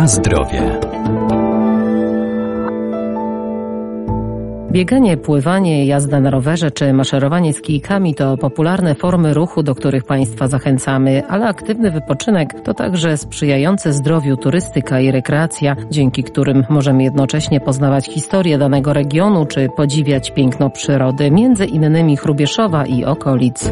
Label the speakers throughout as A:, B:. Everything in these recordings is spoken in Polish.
A: Na zdrowie.
B: Bieganie, pływanie, jazda na rowerze czy maszerowanie z kijkami to popularne formy ruchu, do których Państwa zachęcamy, ale aktywny wypoczynek to także sprzyjające zdrowiu turystyka i rekreacja, dzięki którym możemy jednocześnie poznawać historię danego regionu czy podziwiać piękno przyrody, między innymi Hrubieszowa i okolic.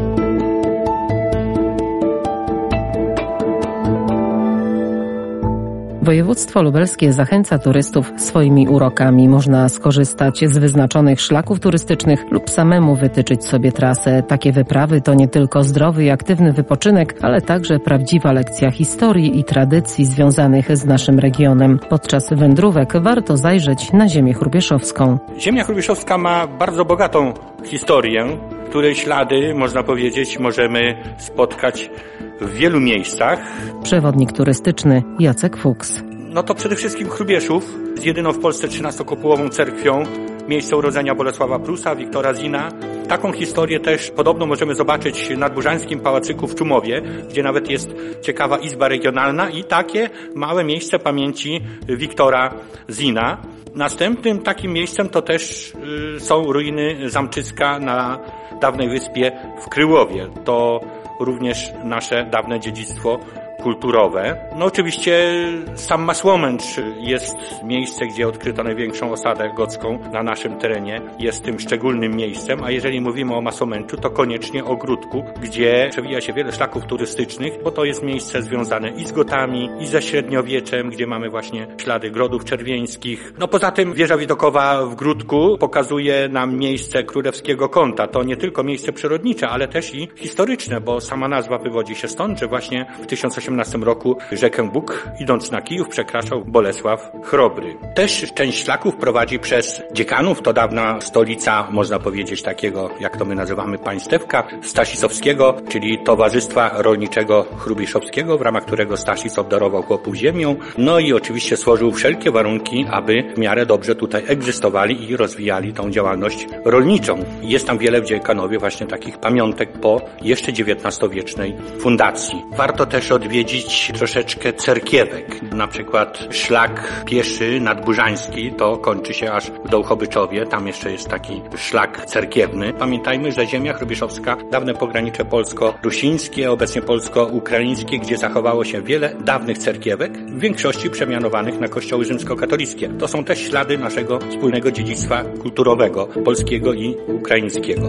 B: Województwo lubelskie zachęca turystów swoimi urokami. Można skorzystać z wyznaczonych szlaków turystycznych lub samemu wytyczyć sobie trasę. Takie wyprawy to nie tylko zdrowy i aktywny wypoczynek, ale także prawdziwa lekcja historii i tradycji związanych z naszym regionem. Podczas wędrówek warto zajrzeć na ziemię hrubieszowską.
C: Ziemia hrubieszowska ma bardzo bogatą historię, której ślady, można powiedzieć, możemy spotkać w wielu miejscach.
B: Przewodnik turystyczny Jacek Fuchs.
C: No to przede wszystkim Hrubieszów z jedyną w Polsce 13-kopułową cerkwią, miejsce urodzenia Bolesława Prusa, Wiktora Zina. Taką historię też podobno możemy zobaczyć w Nadburzańskim Pałacyku w Czumowie, gdzie nawet jest ciekawa izba regionalna i takie małe miejsce pamięci Wiktora Zina. Następnym takim miejscem to też są ruiny zamczyska na dawnej wyspie w Kryłowie. To również nasze dawne dziedzictwo kulturowe. No oczywiście sam Masłomęcz jest miejsce, gdzie odkryto największą osadę gocką na naszym terenie. Jest tym szczególnym miejscem, a jeżeli mówimy o Masłomęczu, to koniecznie o Gródku, gdzie przewija się wiele szlaków turystycznych, bo to jest miejsce związane i z Gotami, i ze średniowieczem, gdzie mamy właśnie ślady grodów czerwieńskich. No poza tym wieża widokowa w Gródku pokazuje nam miejsce królewskiego kąta. To nie tylko miejsce przyrodnicze, ale też i historyczne, bo sama nazwa wywodzi się stąd, że właśnie w 1818 roku rzekę Bóg, idąc na Kijów, przekraczał Bolesław Chrobry. Też część szlaków prowadzi przez dziekanów, to dawna stolica, można powiedzieć, takiego, jak to my nazywamy, państewka Stasisowskiego, czyli Towarzystwa Rolniczego Hrubieszowskiego, w ramach którego Stasis obdarował chłopów ziemią. No i oczywiście stworzył wszelkie warunki, aby w miarę dobrze tutaj egzystowali i rozwijali tą działalność rolniczą. Jest tam wiele w Dziekanowie właśnie takich pamiątek po jeszcze XIX-wiecznej fundacji. Warto też odwiedzić troszeczkę cerkiewek. Na przykład szlak pieszy nadburzański to kończy się aż w Dołchobyczowie. Tam jeszcze jest taki szlak cerkiewny. Pamiętajmy, że ziemia hrubieszowska, dawne pogranicze polsko-rusińskie, obecnie polsko-ukraińskie, gdzie zachowało się wiele dawnych cerkiewek, w większości przemianowanych na kościoły rzymskokatolickie. To są też ślady naszego wspólnego dziedzictwa kulturowego, polskiego i ukraińskiego.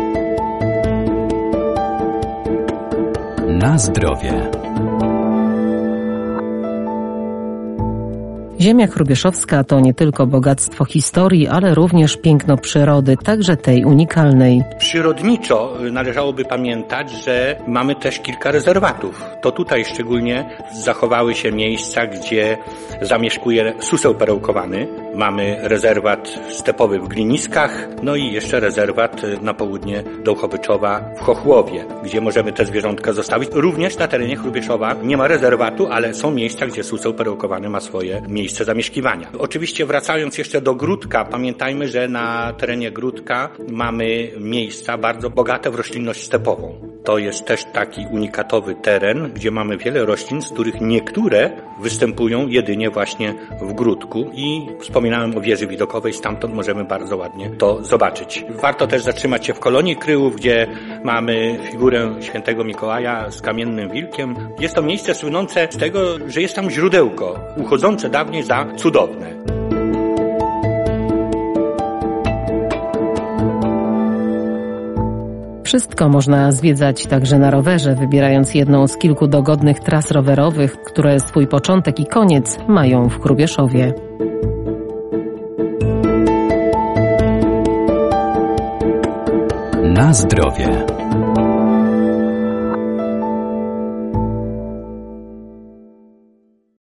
A: Na zdrowie.
B: Ziemia hrubieszowska to nie tylko bogactwo historii, ale również piękno przyrody, także tej unikalnej.
C: Przyrodniczo należałoby pamiętać, że mamy też kilka rezerwatów. To tutaj szczególnie zachowały się miejsca, gdzie zamieszkuje suseł perełkowany. Mamy rezerwat stepowy w Gliniskach, no i jeszcze rezerwat na południe Dołchobyczowa w Chochłowie, gdzie możemy te zwierzątka zostawić. Również na terenie Hrubieszowa nie ma rezerwatu, ale są miejsca, gdzie suseł perełkowany ma swoje miejsce zamieszkiwania. Oczywiście wracając jeszcze do Gródka, pamiętajmy, że na terenie Gródka mamy miejsca bardzo bogate w roślinność stepową. To jest też taki unikatowy teren, gdzie mamy wiele roślin, z których niektóre występują jedynie właśnie w Gródku i wspominałem o wieży widokowej, stamtąd możemy bardzo ładnie to zobaczyć. Warto też zatrzymać się w Kolonii Kryłów, gdzie mamy figurę świętego Mikołaja z kamiennym wilkiem. Jest to miejsce słynące z tego, że jest tam źródełko, uchodzące dawniej za cudowne.
B: Wszystko można zwiedzać także na rowerze, wybierając jedną z kilku dogodnych tras rowerowych, które swój początek i koniec mają w Hrubieszowie.
A: Na zdrowie.